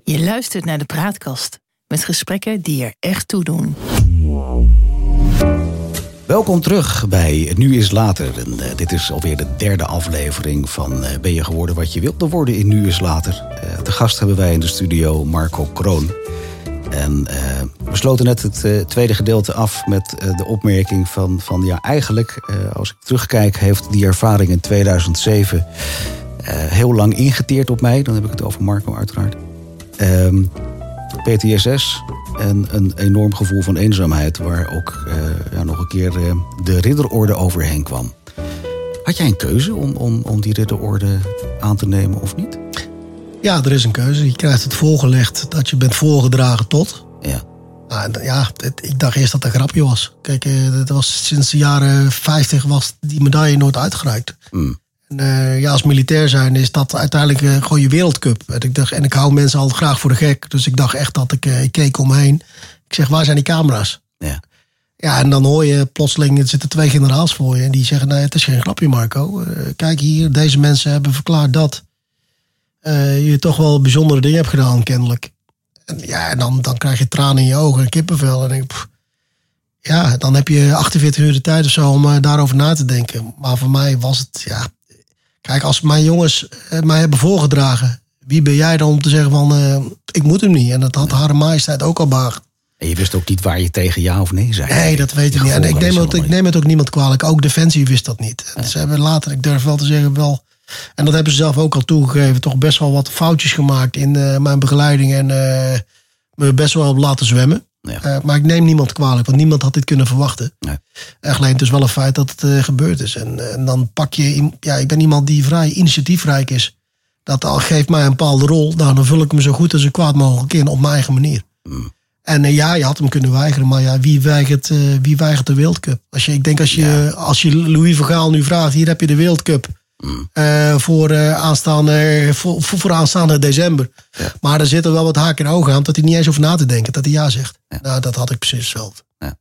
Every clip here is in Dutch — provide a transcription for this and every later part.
Je luistert naar de Praatkast met gesprekken die er echt toe doen. Welkom terug bij Nu is Later. En, dit is alweer de derde aflevering van Ben je geworden wat je wilde worden in Nu is Later. Te gast hebben wij in de studio Marco Kroon. En we sloten net het tweede gedeelte af met de opmerking van ja, eigenlijk, als ik terugkijk, heeft die ervaring in 2007 heel lang ingeteerd op mij. Dan heb ik het over Marco uiteraard. PTSS en een enorm gevoel van eenzaamheid, waar ook nog een keer de ridderorde overheen kwam. Had jij een keuze om die ridderorde aan te nemen of niet? Ja, er is een keuze. Je krijgt het voorgelegd dat je bent voorgedragen tot. Ja. Ik dacht eerst dat het een grapje was. Kijk, het was sinds de jaren 50 was die medaille nooit uitgereikt. En als militair zijn is dat uiteindelijk gewoon je wereldcup. En ik hou mensen altijd graag voor de gek. Dus ik dacht echt dat ik keek omheen. Ik zeg, waar zijn die camera's? Ja. Ja, en dan hoor je plotseling, er zitten 2 generaals voor je. En die zeggen, nee, het is geen grapje, Marco. Kijk hier, deze mensen hebben verklaard dat je toch wel bijzondere dingen hebt gedaan, kennelijk. En dan krijg je tranen in je ogen en kippenvel. En denk, dan heb je 48 uur de tijd of zo om daarover na te denken. Maar voor mij was het, kijk, als mijn jongens mij hebben voorgedragen, wie ben jij dan om te zeggen van, ik moet hem niet. En dat had Hare Majesteit ook al behaagd. En je wist ook niet waar je tegen ja of nee zei. Nee, dat weet ik niet. En ik neem het ook niemand kwalijk. Ook Defensie wist dat niet. Ja. Ze hebben later, ik durf wel te zeggen, wel. En dat hebben ze zelf ook al toegegeven. Toch best wel wat foutjes gemaakt in mijn begeleiding. En me best wel op laten zwemmen. Ja. Maar ik neem niemand kwalijk. Want niemand had dit kunnen verwachten. Nee. Alleen het is wel een feit dat het gebeurd is. En dan pak je... ik ben iemand die vrij initiatiefrijk is. Dat al geeft mij een bepaalde rol. Dan vul ik hem zo goed en zo kwaad mogelijk in. Op mijn eigen manier. En je had hem kunnen weigeren. Maar wie weigert de Wereldcup? Als je Louis van Gaal nu vraagt. Hier heb je de Wereldcup. Voor aanstaande december. Ja. Maar er zitten wel wat haken en ogen aan dat hij niet eens over na te denken, dat hij ja zegt. Ja. Nou, dat had ik precies hetzelfde. Ja.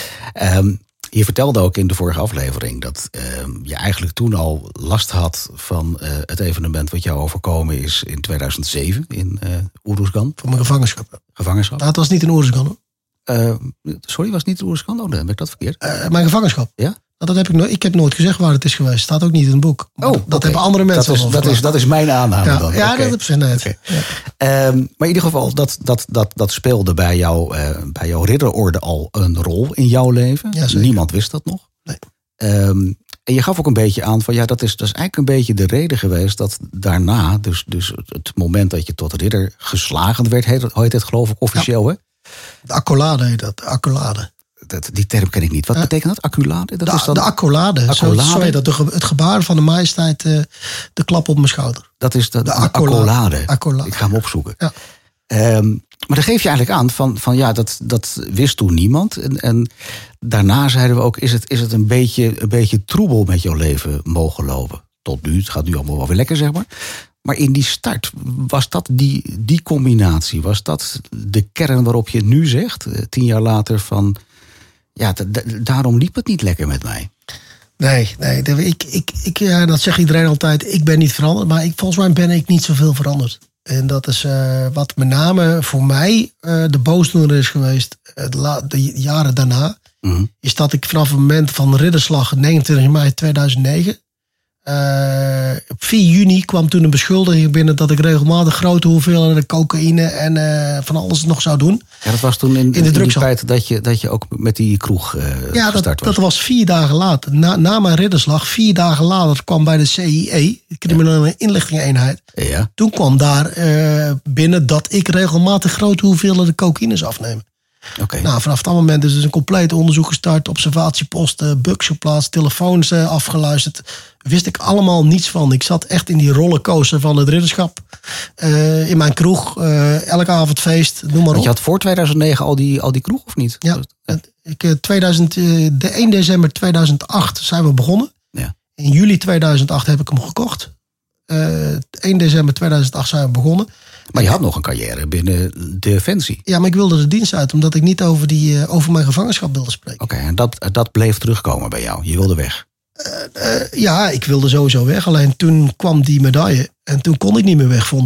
Je vertelde ook in de vorige aflevering dat je eigenlijk toen al last had van het evenement wat jou overkomen is in 2007 in Uruzgan. Van mijn gevangenschap. Gevangenschap? Nou, het was niet in Uruzgan. Sorry, was het niet in Uruzgan? Oh, dan heb ik dat verkeerd. Mijn gevangenschap? Ja. Dat heb ik heb nooit gezegd waar het is geweest. Staat ook niet in het boek. Dat hebben andere mensen. Dat is mijn aanname dan. Ja, okay. Dat heb ik net. Okay. Ja. Maar in ieder geval, dat speelde bij jouw ridderorde al een rol in jouw leven. Ja, niemand wist dat nog. Nee. En je gaf ook een beetje aan van dat is eigenlijk een beetje de reden geweest dat daarna, dus het moment dat je tot ridder geslagen werd, heet het geloof ik officieel, hè? De accolade heet dat, de accolade. Die term ken ik niet. Wat betekent dat? Accolade? Dat is dan... De accolade. Zo heet dat. Het gebaar van de majesteit, de klap op mijn schouder. Dat is de accolade. Ik ga hem opzoeken. Ja. Maar dan geef je eigenlijk aan van dat wist toen niemand. En daarna zeiden we ook, is het een beetje troebel met jouw leven mogen lopen. Tot nu, het gaat nu allemaal wel weer lekker, zeg maar. Maar in die start, was dat die combinatie? Was dat de kern waarop je nu zegt, 10 jaar later van... daarom liep het niet lekker met mij. Nee, dat zegt iedereen altijd. Ik ben niet veranderd, maar volgens mij ben ik niet zoveel veranderd. En dat is wat met name voor mij de boosdoener is geweest de jaren daarna. Mm-hmm. Is dat ik vanaf het moment van ridderslag 29 mei 2009... op 4 juni kwam toen een beschuldiging binnen dat ik regelmatig grote hoeveelheden cocaïne en van alles nog zou doen. Ja, dat was toen in die tijd dat je ook met die kroeg gestart was. Dat was 4 dagen later. Na mijn ridderslag, 4 dagen later, kwam bij de CIE, de Criminele Inlichtingeneenheid. Ja. Toen kwam daar binnen dat ik regelmatig grote hoeveelheden cocaïne zou afnemen. Okay. Nou, vanaf dat moment is dus een compleet onderzoek gestart. Observatieposten, bugs geplaatst, telefoons afgeluisterd. Wist ik allemaal niets van. Ik zat echt in die rollercoaster van het ridderschap. In mijn kroeg, elke avond feest, noem maar op. Want je had voor 2009 al die kroeg, of niet? Ja, de 1 december 2008 zijn we begonnen. Ja. In juli 2008 heb ik hem gekocht. 1 december 2008 zijn we begonnen. Maar je had nog een carrière binnen Defensie. Ja, maar ik wilde de dienst uit, omdat ik niet over mijn gevangenschap wilde spreken. Oké, en dat bleef terugkomen bij jou? Je wilde weg? Ja, ik wilde sowieso weg. Alleen toen kwam die medaille en toen kon ik niet meer weg, vond ik.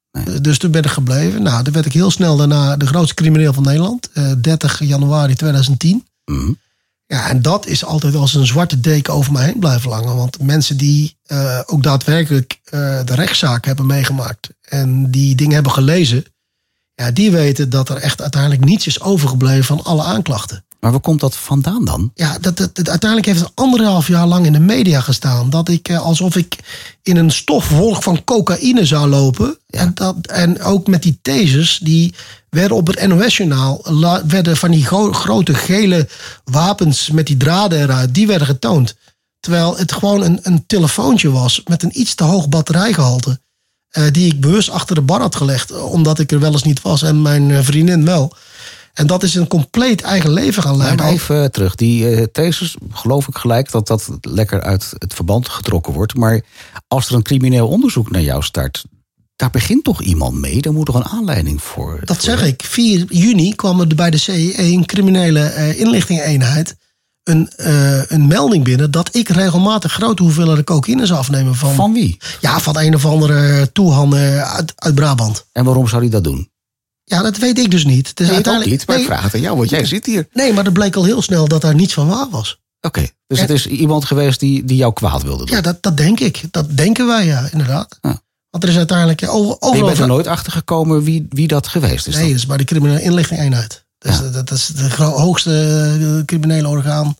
Nee. Dus toen ben ik gebleven. Nou, toen werd ik heel snel daarna de grootste crimineel van Nederland. 30 januari 2010. Mm. Ja, en dat is altijd als een zwarte deken over mij heen blijven hangen. Want mensen die ook daadwerkelijk de rechtszaak hebben meegemaakt en die dingen hebben gelezen, ja, die weten dat er echt uiteindelijk niets is overgebleven van alle aanklachten. Maar waar komt dat vandaan dan? Ja, uiteindelijk heeft het 1,5 jaar lang in de media gestaan. Dat ik alsof ik in een stofwolk van cocaïne zou lopen. Ja. En ook met die tasers, die werden op het NOS-journaal, werden van die grote gele wapens met die draden eruit, die werden getoond. Terwijl het gewoon een telefoontje was met een iets te hoog batterijgehalte. Die ik bewust achter de bar had gelegd, omdat ik er wel eens niet was en mijn vriendin wel. En dat is een compleet eigen leven gaan leiden. Maar even terug, die tasers, geloof ik gelijk dat dat lekker uit het verband getrokken wordt. Maar als er een crimineel onderzoek naar jou start, daar begint toch iemand mee? Daar moet toch een aanleiding voor? Dat zeg ik. 4 juni kwam er bij de CIE, een criminele inlichtingeneenheid, een melding binnen dat ik regelmatig grote hoeveelheden cocaïne zou afnemen. Van wie? Ja, van een of andere toehan uit Brabant. En waarom zou hij dat doen? Ja, dat weet ik dus niet. Dus ik ook niet, maar ik vraag het aan jou, want jij zit hier. Nee, maar er bleek al heel snel dat daar niets van waar was. Oké, dus het is iemand geweest die jou kwaad wilde doen? Ja, dat denk ik. Dat denken wij, ja, inderdaad. Ja. Want er is uiteindelijk overal. Je bent er nooit achter gekomen wie dat geweest is? Nee, dat is bij de criminele inlichtingeenheid. Dat is het hoogste criminele orgaan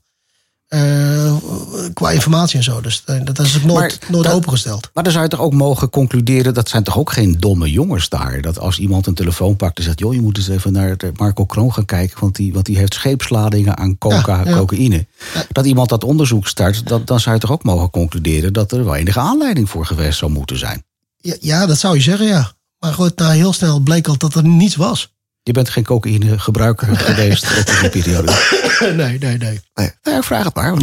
qua informatie en zo. Dus dat is ook nooit opengesteld. Maar dan zou je toch ook mogen concluderen, dat zijn toch ook geen domme jongens daar? Dat als iemand een telefoon pakt en zegt, joh, je moet eens even naar Marco Kroon gaan kijken, want die heeft scheepsladingen aan cocaïne. Ja. Dat iemand dat onderzoek start, dan zou je toch ook mogen concluderen dat er wel enige aanleiding voor geweest zou moeten zijn? Ja, dat zou je zeggen, ja. Maar goed, heel snel bleek al dat er niets was. Je bent geen cocaïnegebruiker geweest op die periode? Nee. Ik vraag het maar.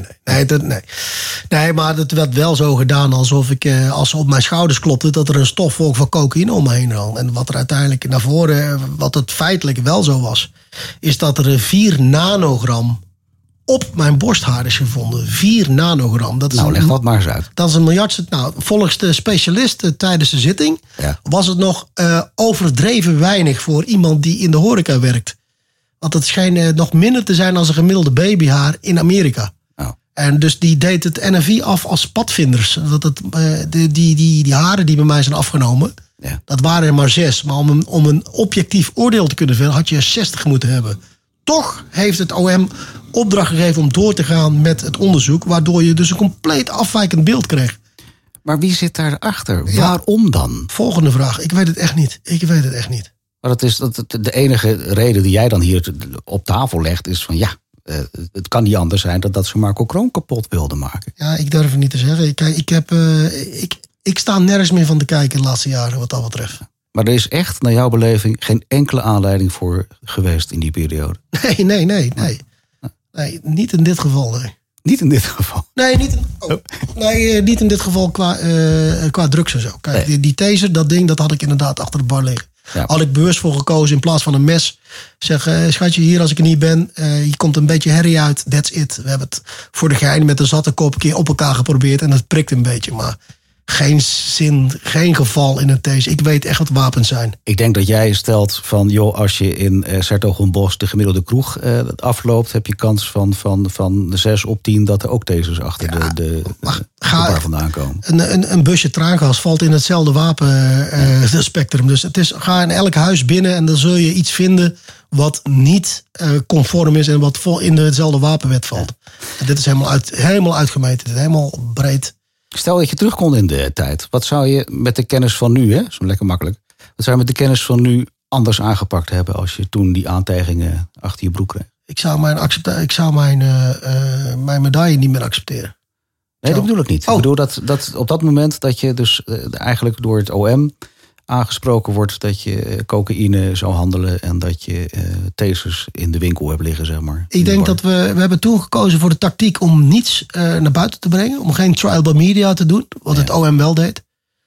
Nee, maar het werd wel zo gedaan alsof als ze op mijn schouders klopte, dat er een stofwolk van cocaïne om me heen hing. En wat er uiteindelijk naar voren, wat het feitelijk wel zo was, is dat er 4 nanogram op mijn borsthaar is gevonden. 4 nanogram. Dat is leg dat maar eens uit. Dat is een miljardste. Nou, volgens de specialisten tijdens de zitting was het nog overdreven weinig voor iemand die in de horeca werkt. Want het schijnt nog minder te zijn dan een gemiddelde babyhaar in Amerika. Oh. En dus die deed het NFI af als padvinders. Die haren die bij mij zijn afgenomen, dat waren er maar 6. Maar om een objectief oordeel te kunnen vellen, had je 60 moeten hebben. Toch heeft het OM opdracht gegeven om door te gaan met het onderzoek, waardoor je dus een compleet afwijkend beeld kreeg. Maar wie zit daarachter? Ja. Waarom dan? Volgende vraag. Ik weet het echt niet. Maar dat is de enige reden die jij dan hier op tafel legt, is van het kan niet anders zijn dat ze Marco Kroon kapot wilden maken. Ja, ik durf het niet te zeggen. Kijk, ik sta nergens meer van te kijken de laatste jaren wat dat betreft. Maar er is echt, naar jouw beleving, geen enkele aanleiding voor geweest in die periode? Nee. Nee, niet in dit geval, nee. Niet in dit geval? Nee, niet in dit geval qua drugs en zo. Kijk, die taser, dat ding, dat had ik inderdaad achter de bar liggen. Ja. Had ik bewust voor gekozen in plaats van een mes. Zeg, schatje, hier als ik er niet ben, hier komt een beetje herrie uit, that's it. We hebben het voor de gein met een zatte kop een keer op elkaar geprobeerd en het prikt een beetje, maar geen zin, geen geval in een taser. Ik weet echt wat wapens zijn. Ik denk dat jij stelt van, joh, als je in 's-Hertogenbosch de gemiddelde kroeg afloopt, heb je kans van 6 op 10 dat er ook tasers achter de bar vandaan komen. Een busje traangas valt in hetzelfde wapenspectrum. Dus het is, ga in elk huis binnen en dan zul je iets vinden wat niet conform is en wat in hetzelfde wapenwet valt. En dit is helemaal uitgemeten, helemaal breed. Stel dat je terug kon in de tijd. Wat zou je met de kennis van nu, zo lekker makkelijk, wat zou je met de kennis van nu anders aangepakt hebben als je toen die aantijgingen achter je broek kreeg? Ik zou mijn medaille niet meer accepteren. Nee, dat bedoel ik niet. Ik bedoel dat op dat moment dat je dus eigenlijk door het OM aangesproken wordt dat je cocaïne zou handelen en dat je tasers in de winkel hebt liggen, zeg maar. Ik denk dat we hebben toen gekozen voor de tactiek om niets naar buiten te brengen, om geen trial by media te doen, wat het OM wel deed.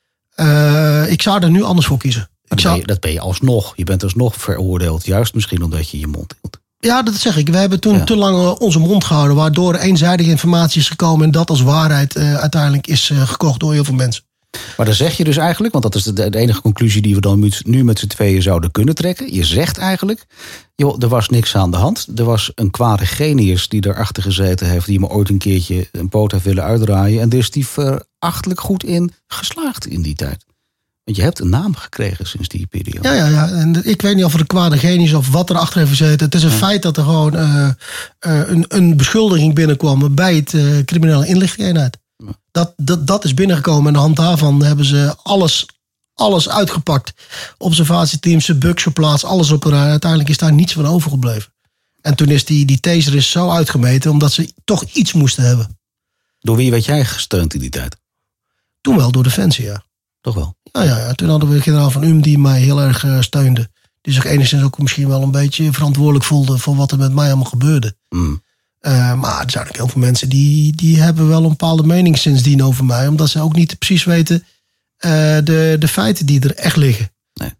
Ik zou er nu anders voor kiezen. Dat ben je alsnog. Je bent alsnog veroordeeld, juist misschien omdat je je mond hield. Ja, dat zeg ik. We hebben toen te lang onze mond gehouden, waardoor eenzijdige informatie is gekomen en dat als waarheid uiteindelijk is gekocht door heel veel mensen. Maar dan zeg je dus eigenlijk, want dat is de enige conclusie die we dan nu met z'n tweeën zouden kunnen trekken. Je zegt eigenlijk, joh, er was niks aan de hand. Er was een kwade genius die erachter gezeten heeft, die me ooit een keertje een poot heeft willen uitdraaien. En er is die verachtelijk goed in geslaagd in die tijd. Want je hebt een naam gekregen sinds die periode. Ja. En ik weet niet of er een kwade genius of wat erachter heeft gezeten. Het is een feit dat er gewoon een beschuldiging binnenkwam bij het criminele inlichtingeneenheid. Dat is binnengekomen en aan de hand daarvan hebben ze alles uitgepakt. Observatieteams, de bugs geplaatst, alles op elkaar. Uiteindelijk is daar niets van overgebleven. En toen is die taser is zo uitgemeten omdat ze toch iets moesten hebben. Door wie werd jij gesteund in die tijd? Toen wel, door Defensie, ja. Toch wel? Ja. Toen hadden we generaal Van Um die mij heel erg steunde. Die zich enigszins ook misschien wel een beetje verantwoordelijk voelde voor wat er met mij allemaal gebeurde. Maar er zijn ook heel veel mensen die hebben wel een bepaalde mening sindsdien over mij. Omdat ze ook niet precies weten de feiten die er echt liggen. Nee.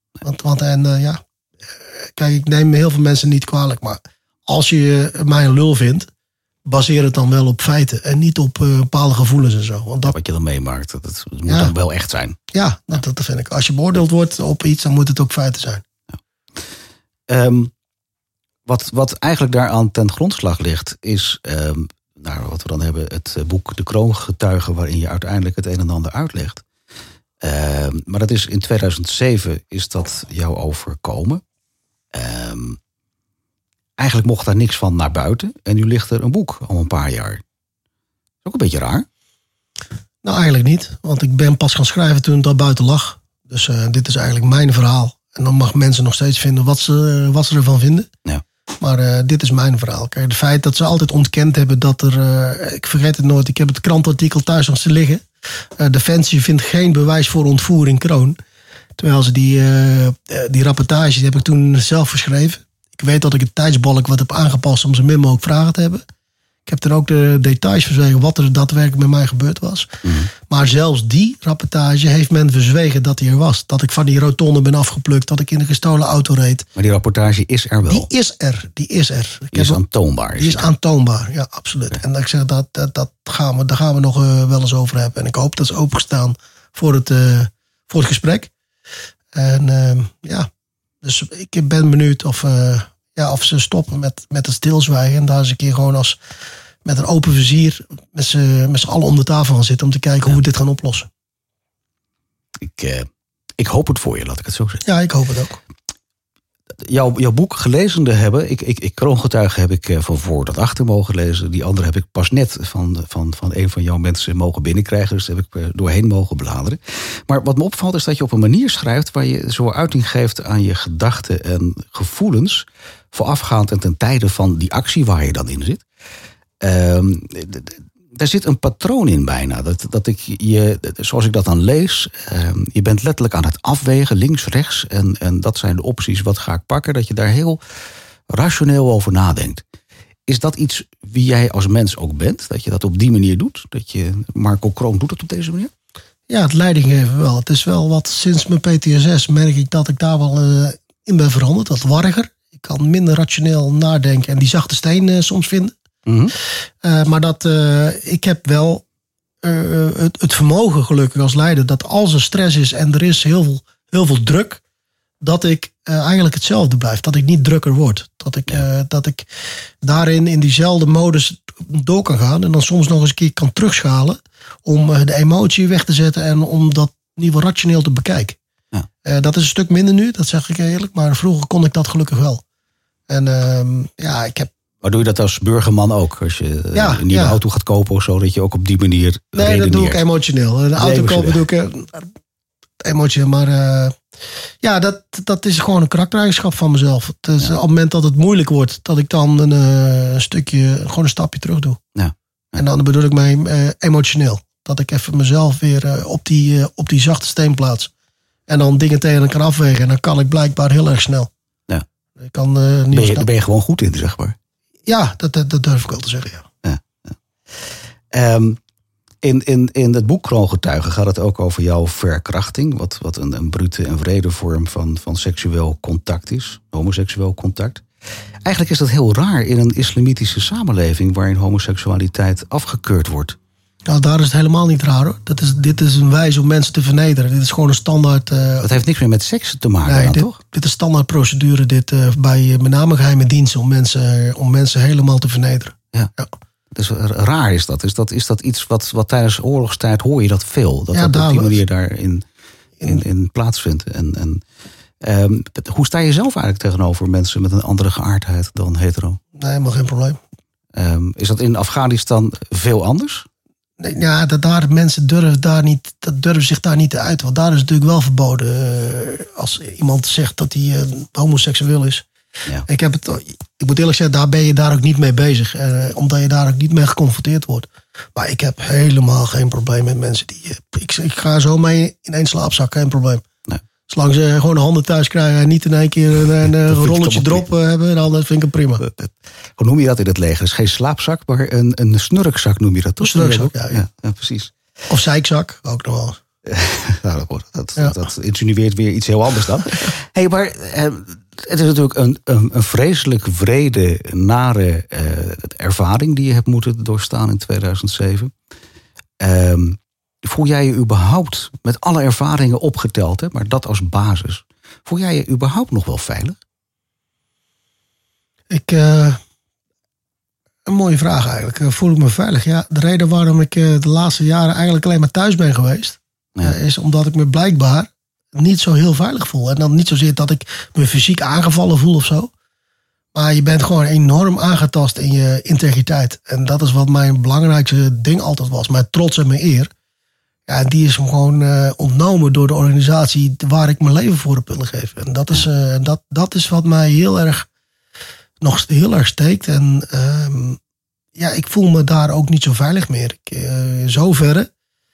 Kijk, ik neem heel veel mensen niet kwalijk. Maar als je mij een lul vindt, baseer het dan wel op feiten. En niet op bepaalde gevoelens en zo. Want wat je dan meemaakt, dat moet dan wel echt zijn. Ja, dat vind ik. Als je beoordeeld wordt op iets, dan moet het ook feiten zijn. Ja. Wat eigenlijk daaraan ten grondslag ligt, is wat we dan hebben, het boek De Kroongetuigen, waarin je uiteindelijk het een en ander uitlegt. Maar dat is in 2007 is dat jou overkomen. Eigenlijk mocht daar niks van naar buiten. En nu ligt er een boek al een paar jaar. Dat is ook een beetje raar. Nou, eigenlijk niet. Want ik ben pas gaan schrijven toen het al buiten lag. Dus dit is eigenlijk mijn verhaal. En dan mag mensen nog steeds vinden wat ze ervan vinden. Ja. Maar dit is mijn verhaal. Kijk, het feit dat ze altijd ontkend hebben dat er... ik vergeet het nooit, ik heb het krantartikel thuis nog te liggen. Defensie vindt geen bewijs voor ontvoering Kroon. Terwijl ze die rapportage, die heb ik toen zelf geschreven. Ik weet dat ik het tijdsbalk wat heb aangepast om zo min mogelijk vragen te hebben. Ik heb er ook de details verzwegen wat er daadwerkelijk met mij gebeurd was. Maar zelfs die rapportage heeft men verzwegen dat hij er was. Dat ik van die rotonde ben afgeplukt, dat ik in een gestolen auto reed. Maar die rapportage is er wel? Die is er. Die is aantoonbaar. Die is aantoonbaar, ja, absoluut. Ja. En ik zeg, daar gaan we nog wel eens over hebben. En ik hoop dat ze opengestaan voor het gesprek. En dus ik ben benieuwd of ze stoppen met het stilzwijgen. En daar eens een keer gewoon met een open vizier met z'n allen om de tafel gaan zitten om te kijken hoe we dit gaan oplossen. Ik hoop het voor je, laat ik het zo zeggen. Ja, ik hoop het ook. Jouw boek gelezende hebben, ik Kroongetuigen heb ik van voor tot achter mogen lezen. Die andere heb ik pas net van een van jouw mensen mogen binnenkrijgen. Dus daar heb ik doorheen mogen bladeren. Maar wat me opvalt is dat je op een manier schrijft waar je zo uiting geeft aan je gedachten en gevoelens, voorafgaand en ten tijde van die actie waar je dan in zit. Daar zit een patroon in bijna. Dat ik je, zoals ik dat dan lees, je bent letterlijk aan het afwegen, links, rechts. En dat zijn de opties, wat ga ik pakken? Dat je daar heel rationeel over nadenkt. Is dat iets wie jij als mens ook bent? Dat je dat op die manier doet? Dat je, Marco Kroon doet het op deze manier? Ja, het leidinggeven wel. Het is wel wat, sinds mijn PTSS merk ik dat ik daar wel in ben veranderd. Dat warriger. Ik kan minder rationeel nadenken en die zachte steen soms vinden. Maar ik heb wel het vermogen gelukkig als leider dat als er stress is en er is heel veel druk, dat ik eigenlijk hetzelfde blijf. Dat ik niet drukker word. Dat ik daarin in diezelfde modus door kan gaan en dan soms nog eens een keer kan terugschalen om de emotie weg te zetten en om dat in ieder geval rationeel te bekijken. Ja. Dat is een stuk minder nu, dat zeg ik eerlijk, maar vroeger kon ik dat gelukkig wel. En ik heb. Maar doe je dat als burgerman ook? Als je een nieuwe auto gaat kopen of zo, dat je ook op die manier redeneert? Dat doe ik emotioneel. Een auto kopen doe ik emotioneel. Maar dat is gewoon een karaktereigenschap van mezelf. Het is op het moment dat het moeilijk wordt, dat ik dan een stapje terug doe. Ja. En dan bedoel ik mij emotioneel. Dat ik even mezelf weer op die zachte steen plaats. En dan dingen tegen elkaar afwegen. En dan kan ik blijkbaar heel erg snel. Ja. Ik kan, daar ben je gewoon goed in, zeg maar. Ja, dat durf ik wel te zeggen, ja. In het boek Kroongetuigen gaat het ook over jouw verkrachting. Wat een brute en wrede vorm van seksueel contact is. Homoseksueel contact. Eigenlijk is dat heel raar in een islamitische samenleving waarin homoseksualiteit afgekeurd wordt. Nou, daar is het helemaal niet raar hoor. Dit is een wijze om mensen te vernederen. Dit is gewoon een standaard... Dat heeft niks meer met seks te maken toch? Dit is standaard procedure bij met name geheime diensten om mensen helemaal te vernederen. Ja. Dus raar is dat. Is dat iets wat tijdens oorlogstijd hoor je dat veel? Dat op die manier daarin in plaatsvindt. Hoe sta je zelf eigenlijk tegenover mensen met een andere geaardheid dan hetero? Nee, helemaal geen probleem. Is dat in Afghanistan veel anders? Nee, ja, mensen durven zich daar niet te uiten. Want daar is het natuurlijk wel verboden als iemand zegt dat hij homoseksueel is. Ja. Ik moet eerlijk zeggen, daar ben je daar ook niet mee bezig. Omdat je daar ook niet mee geconfronteerd wordt. Maar ik heb helemaal geen probleem met mensen die... Ik ga zo mee in één slaapzak, geen probleem. Nee. Zolang ze gewoon de handen thuis krijgen en niet in één keer een rolletje erop hebben, dan vind ik het prima. Hoe noem je dat in het leger? Het is geen slaapzak, maar een snurkzak noem je dat toch? Een snurkzak, ja, precies. Of zeikzak, ook nog wel. Nou, dat insinueert weer iets heel anders dan. Hey, maar het is natuurlijk een vreselijk wrede, nare ervaring die je hebt moeten doorstaan in 2007. Voel jij je überhaupt, met alle ervaringen opgeteld, hè, maar dat als basis, voel jij je überhaupt nog wel veilig? Een mooie vraag eigenlijk. Voel ik me veilig? Ja, de reden waarom ik de laatste jaren eigenlijk alleen maar thuis ben geweest, is omdat ik me blijkbaar niet zo heel veilig voel. En dan niet zozeer dat ik me fysiek aangevallen voel of zo. Maar je bent gewoon enorm aangetast in je integriteit. En dat is wat mijn belangrijkste ding altijd was. Mijn trots en mijn eer. Ja, die is gewoon ontnomen door de organisatie waar ik mijn leven voor heb willen geven. En dat is wat mij nog heel erg steekt. En ik voel me daar ook niet zo veilig meer. Zoverre.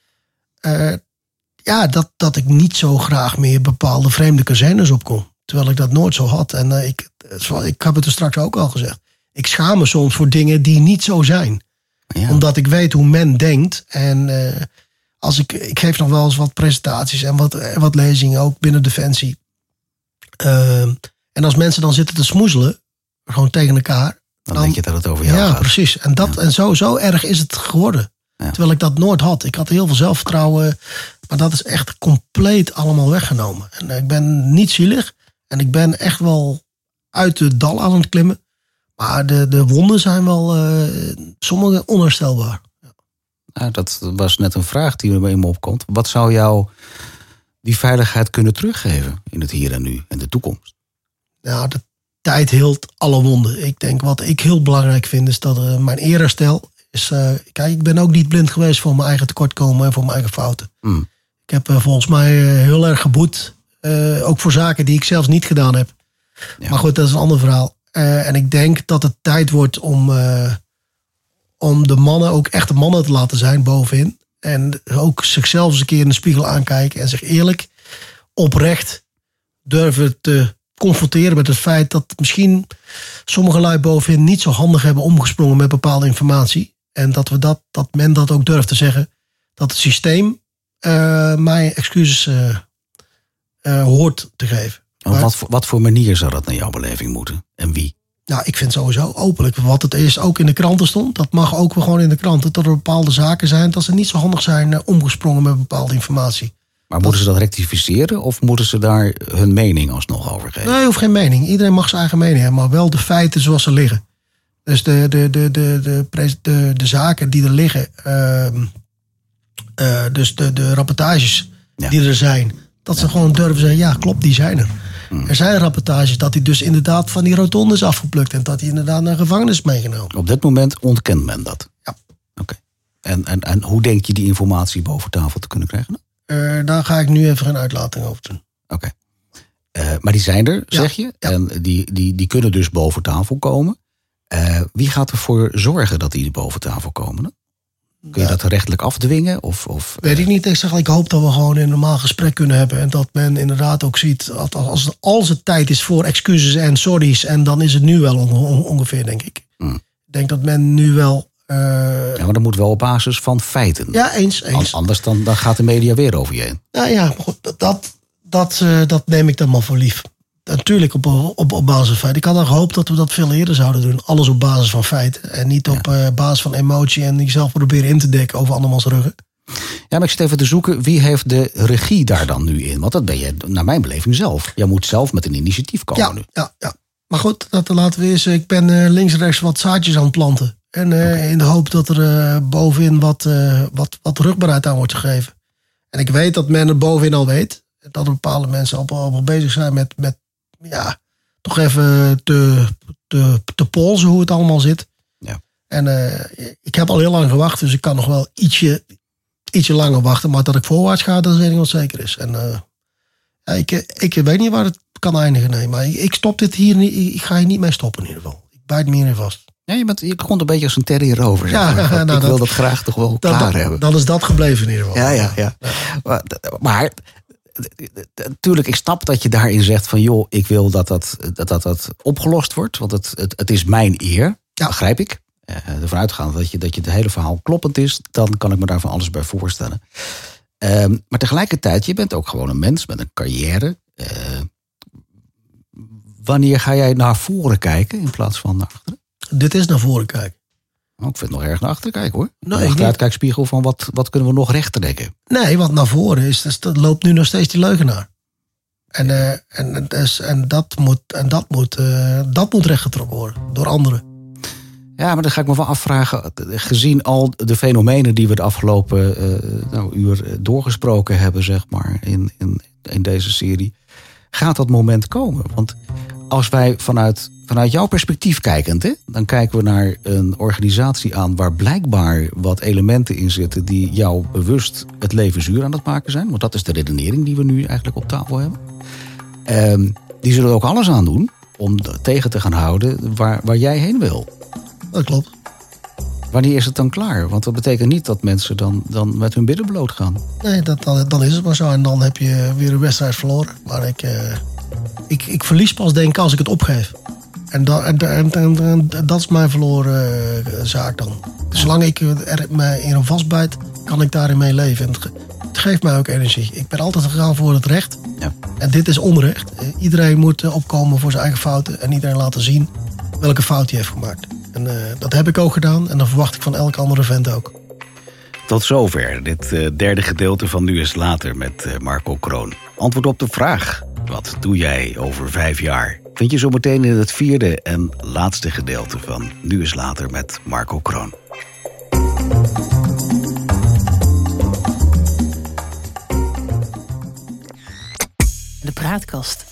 Dat ik niet zo graag meer bepaalde vreemde kazernes opkom. Terwijl ik dat nooit zo had. En ik heb het er straks ook al gezegd. Ik schaam me soms voor dingen die niet zo zijn. Ja. Omdat ik weet hoe men denkt. En ik geef nog wel eens wat presentaties en wat lezingen, ook binnen Defensie. En als mensen dan zitten te smoezelen, gewoon tegen elkaar. Dan denk je dat het over jou gaat. Ja, precies. En zo erg is het geworden. Ja. Terwijl ik dat nooit had. Ik had heel veel zelfvertrouwen. Maar dat is echt compleet allemaal weggenomen. En ik ben niet zielig. En ik ben echt wel uit de dal aan het klimmen. Maar de wonden zijn wel sommige onherstelbaar. Ja, dat was net een vraag die er in me opkomt. Wat zou jou die veiligheid kunnen teruggeven in het hier en nu en de toekomst? Nou, de tijd heelt alle wonden. Ik denk wat ik heel belangrijk vind is dat mijn eerherstel is... kijk, ik ben ook niet blind geweest voor mijn eigen tekortkomen en voor mijn eigen fouten. Ik heb volgens mij heel erg geboet. Ook voor zaken die ik zelfs niet gedaan heb. Ja. Maar goed, dat is een ander verhaal. En ik denk dat het tijd wordt om de mannen ook echte mannen te laten zijn bovenin. En ook zichzelf eens een keer in de spiegel aankijken. En zich eerlijk, oprecht durven te confronteren met het feit dat misschien sommige lui bovenin niet zo handig hebben omgesprongen met bepaalde informatie. En dat men dat ook durft te zeggen. Dat het systeem mij excuses hoort te geven. Wat voor manier zou dat naar jouw beleving moeten? En wie? Nou, ik vind sowieso openlijk. Wat het eerst ook in de kranten stond. Dat mag ook gewoon in de kranten. Dat er bepaalde zaken zijn. Dat ze niet zo handig zijn omgesprongen met bepaalde informatie. Maar moeten ze dat rectificeren? Of moeten ze daar hun mening alsnog over geven? Nee, hoeft geen mening. Iedereen mag zijn eigen mening hebben. Maar wel de feiten zoals ze liggen. Dus de zaken die er liggen. Dus de rapportages die er zijn. Dat ze gewoon durven zeggen, ja klopt, die zijn er. Er zijn rapportages dat hij dus inderdaad van die rotonde is afgeplukt. En dat hij inderdaad naar gevangenis is meegenomen. Op dit moment ontkent men dat? Ja. Oké. En hoe denk je die informatie boven tafel te kunnen krijgen? Daar ga ik nu even een uitlating over doen. Oké. Maar die zijn er, zeg je? Ja. En die kunnen dus boven tafel komen. Wie gaat ervoor zorgen dat die boven tafel komen? Dan? Kun je dat rechtelijk afdwingen? Of, weet ik niet. Ik hoop dat we gewoon een normaal gesprek kunnen hebben. En dat men inderdaad ook ziet. Als het tijd is voor excuses en sorry's. En dan is het nu wel ongeveer, denk ik. Ik denk dat men nu wel... Ja, maar dat moet wel op basis van feiten. Ja, eens. Anders dan gaat de media weer over je heen. Ja, maar goed, dat neem ik dan maar voor lief. natuurlijk op basis van feiten. Ik had al gehoopt dat we dat veel eerder zouden doen. Alles op basis van feiten. En niet op basis van emotie en jezelf proberen in te dekken over andermans ruggen. Ja, maar ik zit even te zoeken, wie heeft de regie daar dan nu in? Want dat ben je, naar mijn beleving, zelf. Jij moet zelf met een initiatief komen nu. Ja. Maar goed, dat laten we eens. Ik ben links-rechts wat zaadjes aan het planten. En in de hoop dat er bovenin wat rugbaarheid aan wordt gegeven. En ik weet dat men er bovenin al weet. Dat er bepaalde mensen al bezig zijn met toch even te polsen hoe het allemaal zit. Ja. En ik heb al heel lang gewacht, dus ik kan nog wel ietsje langer wachten. Maar dat ik voorwaarts ga, dat is één ding wat zeker is. En ik weet niet waar het kan eindigen. Nee, maar ik stop dit hier niet. Ik ga hier niet mee stoppen in ieder geval. Ik bijt me hierin vast. Ja, je komt een beetje als een terrier-rover. Ik wil dat graag toch wel klaar hebben. Dan is dat gebleven in ieder geval. Ja. Maar natuurlijk, ik snap dat je daarin zegt van joh, ik wil dat opgelost wordt. Want het is mijn eer. Ja. Begrijp ik. Ervan uitgaande dat je het hele verhaal kloppend is, dan kan ik me daar van alles bij voorstellen. Maar tegelijkertijd, je bent ook gewoon een mens met een carrière. Wanneer ga jij naar voren kijken in plaats van naar achteren? Dit is naar voren kijken. Oh, ik vind het nog erg naar achteren kijken hoor. Nee, een achteruitkijkspiegel van wat kunnen we nog rechter trekken? Nee, want naar voren is, dat loopt nu nog steeds die leugenaar. En dat moet rechtgetrokken worden door anderen. Ja, maar dan ga ik me wel afvragen, gezien al de fenomenen die we de afgelopen uur doorgesproken hebben, zeg maar, in deze serie, gaat dat moment komen? Want als wij vanuit jouw perspectief kijkend, hè, dan kijken we naar een organisatie aan waar blijkbaar wat elementen in zitten die jou bewust het leven zuur aan het maken zijn. Want dat is de redenering die we nu eigenlijk op tafel hebben. Die zullen er ook alles aan doen om tegen te gaan houden waar jij heen wil. Dat klopt. Wanneer is het dan klaar? Want dat betekent niet dat mensen dan met hun billen bloot gaan. Nee, dan is het maar zo. En dan heb je weer een wedstrijd verloren. Maar ik verlies pas denk ik als ik het opgeef. En dat is mijn verloren zaak dan. Zolang ik er me in vastbijt, kan ik daarin mee leven. En het geeft mij ook energie. Ik ben altijd gegaan voor het recht. Ja. En dit is onrecht. Iedereen moet opkomen voor zijn eigen fouten. En iedereen laten zien welke fout hij heeft gemaakt. En dat heb ik ook gedaan. En dan verwacht ik van elke andere vent ook. Tot zover dit derde gedeelte van Nu is Later met Marco Kroon. Antwoord op de vraag: wat doe jij over 5 jaar? Vind je zo meteen in het vierde en laatste gedeelte van Nu is Later met Marco Kroon. De praatkast.